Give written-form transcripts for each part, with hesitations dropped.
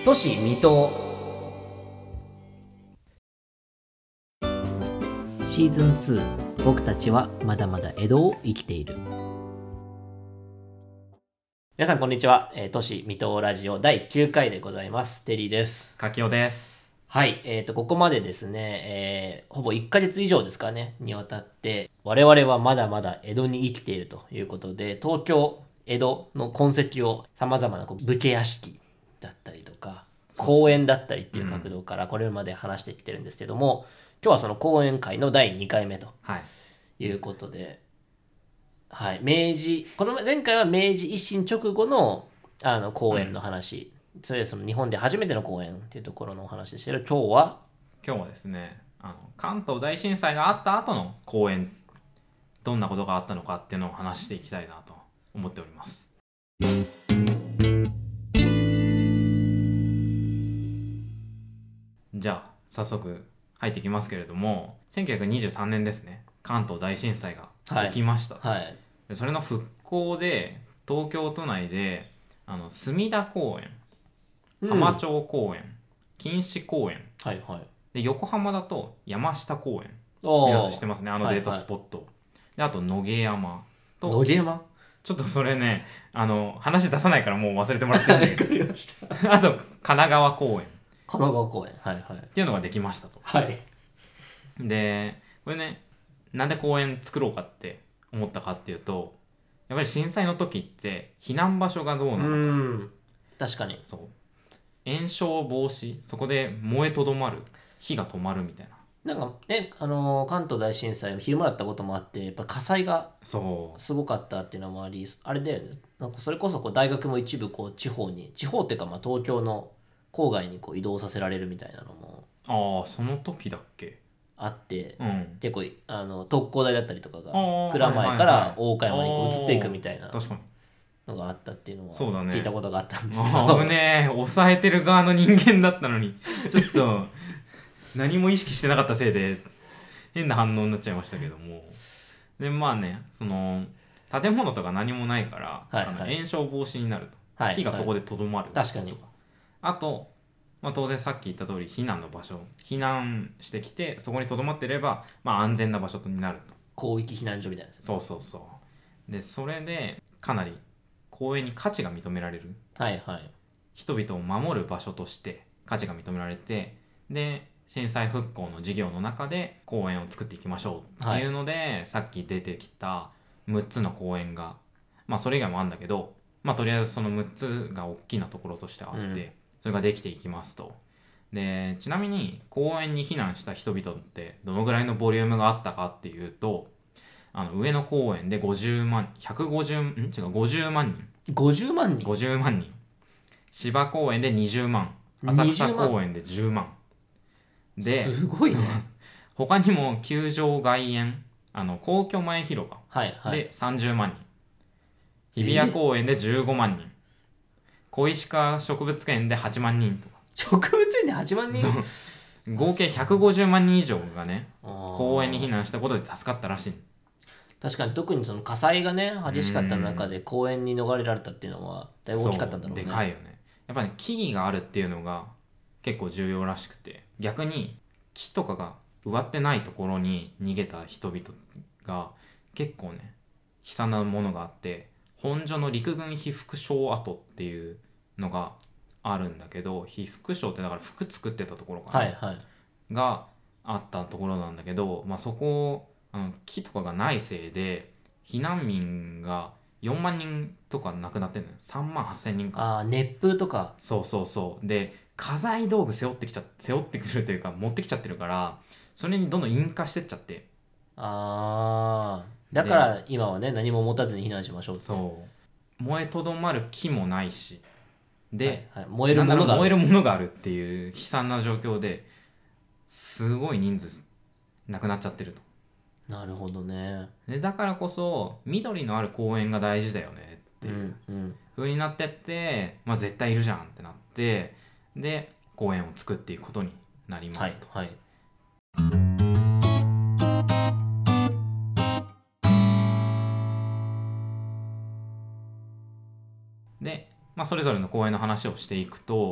都市水戸シーズン2、僕たちはまだまだ江戸を生きている。皆さんこんにちは、都市水戸ラジオ第9回でございます。テリーです。 柿雄です。 はい、ここまでですね、ほぼ1ヶ月以上ですかねにわたって我々はまだまだ江戸に生きているということで、東京江戸の痕跡をさまざまな武家屋敷だったりとか公園だったりっていう角度からこれまで話してきてるんですけども、今日はその講演会の第2回目ということで、はい、この前回は明治維新直後の講演の話、それでその日本で初めての講演っていうところのお話でしたけど、今日はですね、関東大震災があった後の講演、どんなことがあったのかっていうのを話していきたいなと思っております。じゃあ早速入っていきますけれども、1923年ですね、関東大震災が起きました、 はいはい、 でそれの復興で東京都内で隅田公園、浜町公園、錦糸公園、 はいはい、 で横浜だと山下公園、皆さん知ってますね、デートスポット、はいはい、であと野毛山と、 野毛山ちょっとそれね話出さないからもう忘れてもらってるんでわかりました。 あと神奈川公園、 神奈川公園、はいはい、 っていうのができましたと。 はいでこれね、なんで公園作ろうかって思ったかっていうと、やっぱり震災の時って避難場所がどうなのか、 確かにそう延焼防止、そこで燃えとどまる、火が止まるみたいな。 なんかね、関東大震災の昼間だったこともあって、やっぱ火災がすごかったっていうのもあり、あれで、ね、なんかそれこそ大学も一部地方っていうか東京の郊外に移動させられるみたいなのもその時だっけあって、 うん、 結構特攻隊だったりとかが蔵前から大岡山に移っていくみたいなのがあったっていうのは聞いたことがあったんですけど、 危ねえ、抑えてる側の人間だったのにちょっと何も意識してなかったせいで変な反応になっちゃいましたけども、でまあね、その建物とか何もないから、はいはい、延焼防止になると、はいはい、火がそこでとどまる、 確かに。 あと、当然さっき言った通り避難の場所、避難してきてそこにとどまってれば、安全な場所になると、 広域避難所みたいな、ね、 そうでそれでかなり公園に価値が認められる、 はいはい、 人々を守る場所として価値が認められて、で震災復興の事業の中で公園を作っていきましょうっていうので、はい、さっき出てきた6つの公園が、それ以外もあるんだけど、とりあえずその6つが大きなところとしてあって、それができていきますと。でちなみに公園に避難した人々ってどのぐらいのボリュームがあったかっていうと、上野公園で50万人、芝公園で20万、浅草公園で10万ですごいね。 他にも球場外苑、皇居前広場で30万人、日比谷公園で15万人、小石川植物園で8万人とか、 植物園で8万人、 合計150万人以上がね公園に避難したことで助かったらしい。 確かに特にその火災がね激しかった中で公園に逃れられたっていうのはだいぶ大きかったんだろうね。 でかいよね。やっぱり、木々があるっていうのが結構重要らしくて、逆に木とかが植わってないところに逃げた人々が結構ね悲惨なものがあって、本所の陸軍被服廠跡っていうのがあるんだけど、被服廠ってだから服作ってたところかな、 はいはい、 があったところなんだけど、そこ木とかがないせいで避難民が4万人とか亡くなってるのよ。3万8,000人か。 熱風とか。 そうで家財道具背負ってくるというか持ってきちゃってるから、それにどんどん引火してっちゃって、 だから今はね何も持たずに避難しましょうって。 そう燃えとどまる木もないしで、 はいはい、燃えるものがあるっていう悲惨な状況ですごい人数亡くなっちゃってると。 なるほどね。 でだからこそ緑のある公園が大事だよねっていう風になってって、絶対いるじゃんってなって、で公園を作っていくことになりますと。 はいはい、 で、それぞれの公園の話をしていくと、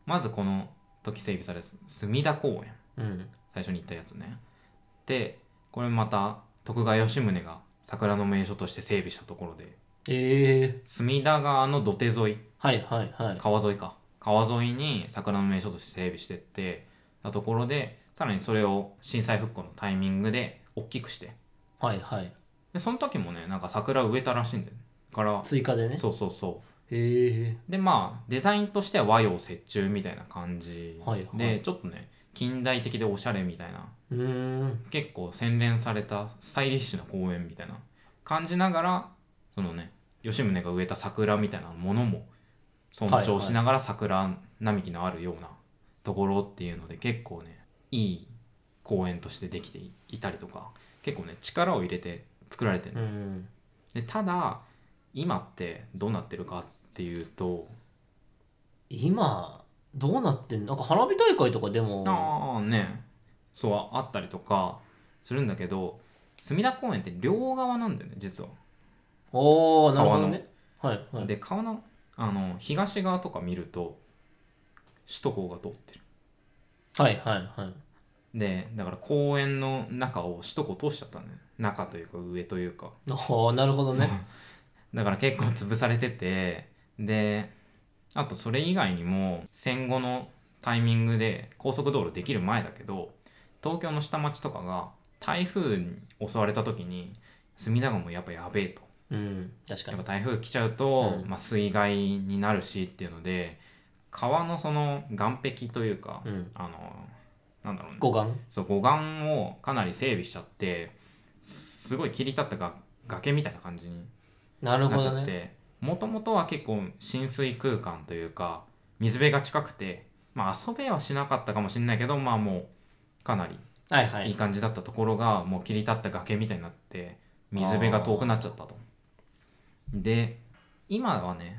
まずこの時整備される隅田公園、 うん。 最初に言ったやつね。でこれまた徳川吉宗が桜の名所として整備したところで、隅田川の土手沿い、 はいはいはい。 川沿いか、川沿いに桜の名所として整備してってたところで、さらにそれを震災復興のタイミングで大きくして、 はいはい。 でその時もねなんか桜植えたらしいんだよ。から追加でね。 そうそうそう。 へえ。 でまあデザインとしては和洋折衷みたいな感じで、 はいはいちょっとね近代的でおしゃれみたいな、 うーん。 結構洗練されたスタイリッシュな公園みたいな感じながら、そのね吉宗が植えた桜みたいなものも尊重しながら桜並木のあるようなところっていうので、結構ねいい公園としてできていたりとか、結構ね力を入れて作られてる、でただ今ってどうなってるかっていうと、 今、どうなってんの？なんか花火大会とかでも、 ああね、そうあったりとかするんだけど、隅田公園って両側なんだよね実は。 おー、なるほ川の、 どね。はいはい。 で川の東側とか見ると首都高が通ってる。 はいはいはい。 でだから公園の中を首都高通しちゃったんだよ。中というか上というか。 おー、なるほどね。 だから結構潰されてて、であとそれ以外にも戦後のタイミングで高速道路できる前だけど、東京の下町とかが台風に襲われた時に隅田川もやっぱやべえと、 うん、確かに。 やっぱ台風来ちゃうと、 うんまあ、水害になるしっていうので、川のその岸壁というか、 うん。 なんだろうね、 護岸。 そう護岸をかなり整備しちゃって、すごい切り立った崖みたいな感じになるなっちゃって、 ほどね。 もともとは結構浸水空間というか水辺が近くて、まあ遊べはしなかったかもしれないけど、まあもうかなりはいはいい。 い感じだったところがもう切り立った崖みたいになって水辺が遠くなっちゃったと。で今はね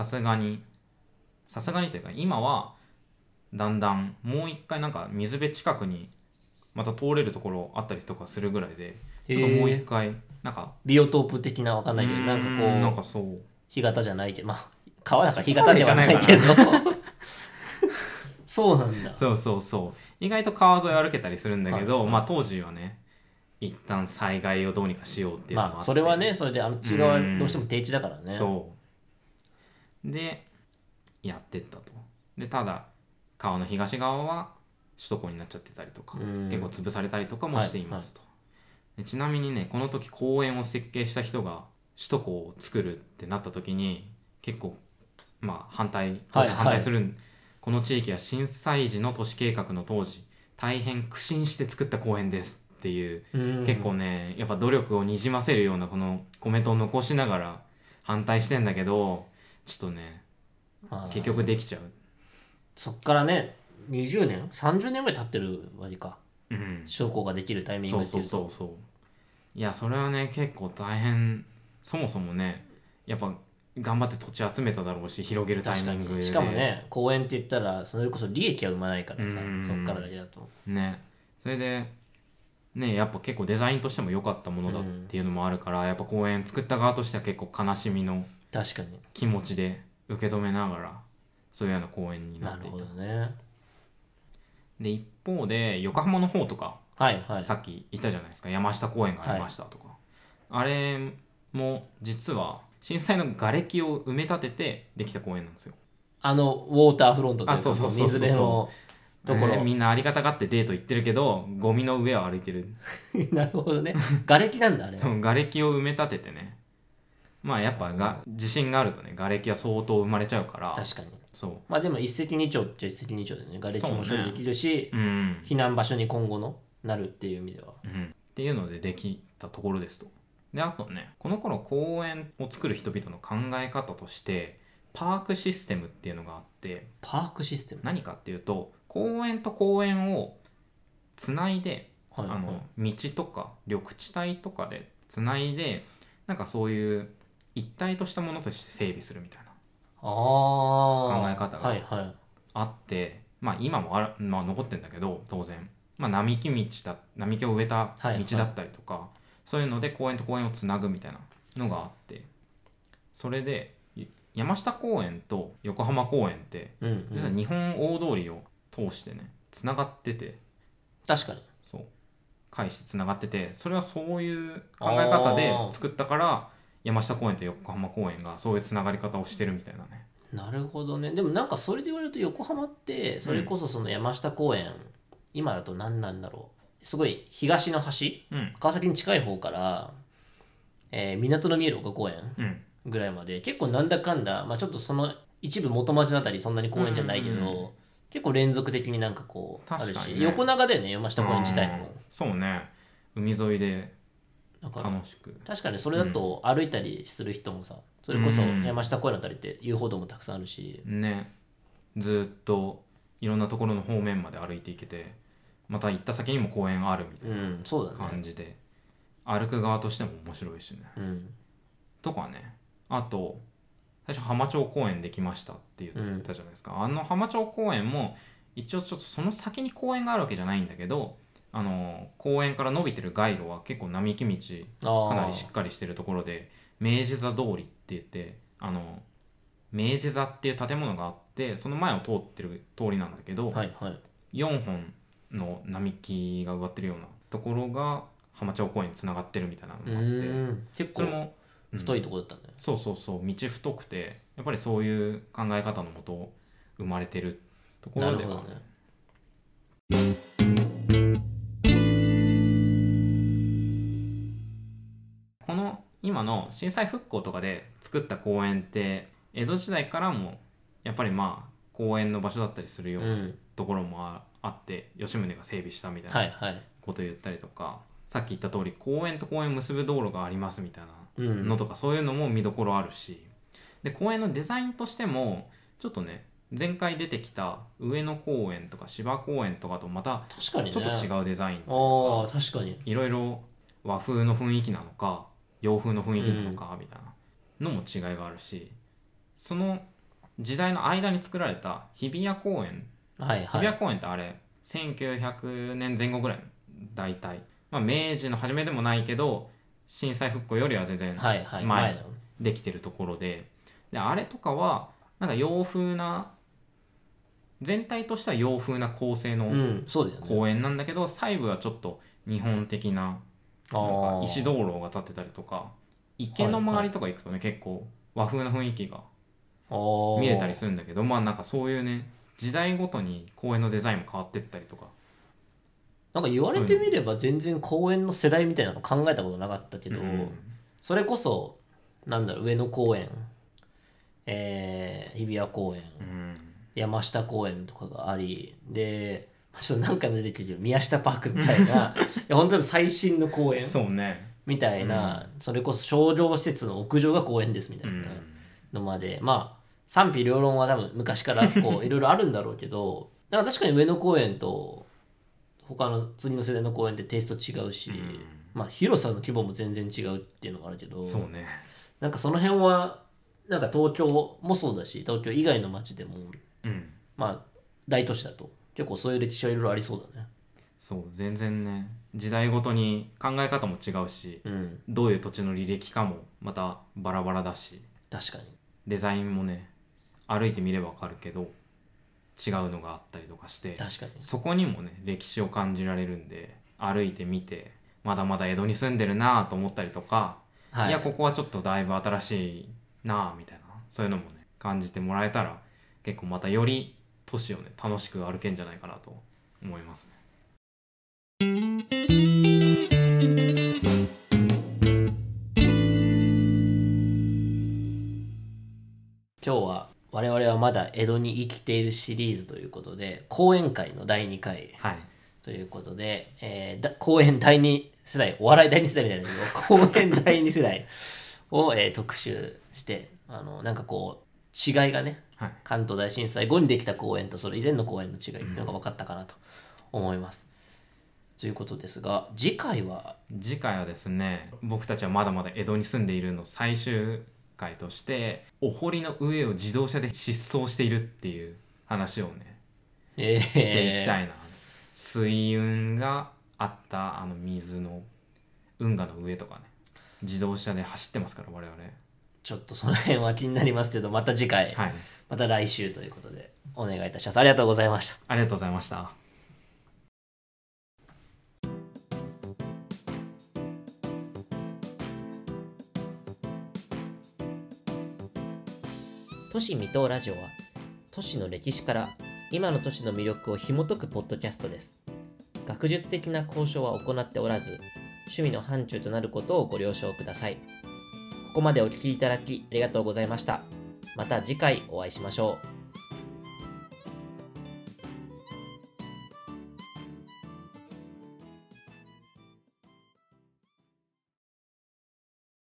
さすがにというか今はだんだんもう一回なんか水辺近くにまた通れるところあったりとかするぐらいで、ちょっともう一回なんかビオトープ的なわかんないけど、なんかなんこう、 かそう干潟じゃないけど、まあ、川だから干潟ではないけど、そうなんだ。 そうそうそう、意外と川沿い歩けたりするんだけど、 はいまあ当時はね一旦災害をどうにかしようっていうのもあって、 まあ、それはね、それであっち側どうしても低地だからね。 そうでやってったと。でただ川の東側は首都高になっちゃってたりとか、結構潰されたりとかもしていますと。でちなみにねこの時公園を設計した人が首都高を作るってなった時に結構まあ当然反対する、この地域は震災時の都市計画の当時大変苦心して作った公園ですっていう、結構ねやっぱ努力をにじませるようなこのコメントを残しながら反対してんだけど、ちょっとね結局できちゃう。 そっからね、20年 ?30 年ぐらい経ってる割か。 うん、 証拠ができるタイミンそうグっていうと。 そうそうそう。いやそれはね結構大変。そもそもねやっぱ頑張って土地集めただろうし、広げるタイ確かミングで。 に。しかもね、公園って言ったら、それこそ利益は生まないからさ、 うんそっからだけだと。 ね、それでねやっぱ結構デザインとしても良かったものだっていうのもあるから、やっぱ公園作った側としては結構悲しみの確かに。 気持ちで受け止めながらそういうような公園にななるほっていた。 どね。 で一方で横浜の方とか、 はいはい。 さっき言ったじゃないですか、山下公園がありましたとか、あれも実は震災の瓦礫を埋め立ててできた公園なんですよ。 ウォーターフロントというか、 そうそうそうそう水辺のところ。 みんなありがたがってデート行ってるけどゴミの上を歩いてる。 なるほどね。瓦礫なんだ、あれは。 その瓦礫を埋め立ててね、まあやっぱ地震があるとね瓦礫は相当生まれちゃうから。 確かに。 そうまあでも一石二鳥っちゃ一石二鳥でね、瓦礫も処理できるし、避難場所に今後のなるっていう意味では。 っていうのでできたところですと。であとねこの頃公園を作る人々の考え方としてパークシステムっていうのがあって、 パークシステム。 何かっていうと公園と公園をつないで、 はいはい道とか緑地帯とかでつないで、なんかそういう一体としたものとして整備するみたいな考え方があって、まあ今もまあ、残ってるんだけど当然、まあ、並木を植えた道だったりとか、そういうので公園と公園をつなぐみたいなのがあって、それで山下公園と横浜公園ってうんうん実は日本大通りを通してねつながってて、 確かに。 そう海してつながってて、それはそういう考え方で作ったから山下公園と横浜公園がそういうつながり方をしてるみたいなね。 なるほどね。でもなんかそれで言われると横浜ってそれこそその山下公園、今だと何なんだろう、すごい東の端、 うん川崎に近い方から、港の見える丘公園うんぐらいまで結構なんだかんだ、まあ、ちょっとその一部元町のあたりそんなに公園じゃないけど、 うんうんうん結構連続的になんかこうあるし、 確かにね横長だよね山下公園自体も。 そうね、海沿いでだから楽しく。 確かにそれだと歩いたりする人もさ、それこそ山下公園のあたりって遊歩道もたくさんあるし、 ね、ずっといろんなところの方面まで歩いていけて、また行った先にも公園あるみたいなそうだね。 感じで、歩く側としても面白いしね。 うんとかね、あと最初浜町公園できましたって言ったじゃないですか、あの浜町公園も一応ちょっとその先に公園があるわけじゃないんだけど、公園から伸びてる街路は結構並木道かなりしっかりしてるところで、明治座通りって言って明治座っていう建物があって、その前を通ってる通りなんだけど、 はいはい。 4本の並木が植わってるようなところが浜町公園につながってるみたいなのがあって、 結構それも太いとこだったんだよ。 そうそうそう、道太くてやっぱりそういう考え方のもと生まれてるところではある。 なるほどね。 この今の震災復興とかで作った公園って江戸時代からもやっぱりまあ公園の場所だったりするようなところもあって吉宗が整備したみたいなはいはい。 ことを言ったりとか、さっき言った通り公園と公園を結ぶ道路がありますみたいなのとか、そういうのも見どころあるし、で公園のデザインとしてもちょっとね、前回出てきた上野公園とか芝公園とかとまた確かにね。 ちょっと違うデザインとああ、 いうか、 確かに。 いろいろ和風の雰囲気なのか洋風の雰囲気なのかみたいなのも違いがあるし、その時代の間に作られた日比谷公園、 はいはい。 日比谷公園ってあれ1900年前後ぐらい大体、まあ、明治の初めでもないけど震災復興よりは全然はいはい。 前にだよ。 できてるところで、あれとかはなんか洋風な、全体としては洋風な構成のそうだよね。 公園なんだけど、細部はちょっと日本的な、なんか石灯籠が立ってたりとか、池の周りとか行くとね、結構和風な雰囲気が見れたりするんだけど、まあなんかそういうね、時代ごとに公園のデザインも変わってったりとか。 なんか言われてみれば全然公園の世代みたいなの考えたことなかったけど、それこそなんだろう、上野公園、日比谷公園、山下公園とかがあり、でちょっと何回も出てきてる宮下パークみたいないや本当に最新の公園そうね、 みたいな、それこそ商業施設の屋上が公園ですみたいなのまで、まあ賛否両論は多分昔からこういろいろあるんだろうけど、なんか確かに上野公園と他の次の世代の公園ってテイスト違うし、まあ広さの規模も全然違うっていうのがあるけど、 そうね、 なんかその辺はなんか東京もそうだし東京以外の街でも、まあ大都市だと結構そういう歴史はいろいろありそうだね。 そう全然ね、時代ごとに考え方も違うし、どういう土地の履歴かもまたバラバラだし、 確かにデザインもね歩いてみればわかるけど違うのがあったりとかして、 確かにそこにもね歴史を感じられるんで、歩いてみてまだまだ江戸に住んでるなと思ったりとか、いやここはちょっとだいぶ新しいなみたいな、そういうのもね感じてもらえたら結構またより都市をね楽しく歩けんじゃないかなと思いますね。 今日は我々はまだ江戸に生きているシリーズということで講演会の第2回ということで、講演第2世代、お笑い第2世代みたいなんですけど講演第2世代を、特集してなんかこう違いがね、関東大震災後にできた公園とそれ以前の公園の違いっていうのが分かったかなと思います、ということですが、次回はですね、僕たちはまだまだ江戸に住んでいるの最終回としてお堀の上を自動車で疾走しているっていう話をね、していきたいな。水運があった水の運河の上とかね、自動車で走ってますから我々。 ちょっとその辺は気になりますけど、また次回、 はい、 また来週ということでお願いいたします。ありがとうございました。 ありがとうございました。 都市未踏ラジオは都市の歴史から今の都市の魅力を紐解くポッドキャストです。学術的な交渉は行っておらず、趣味の範疇となることをご了承ください。ここまでお聞きいただきありがとうございました。また次回お会いしましょう。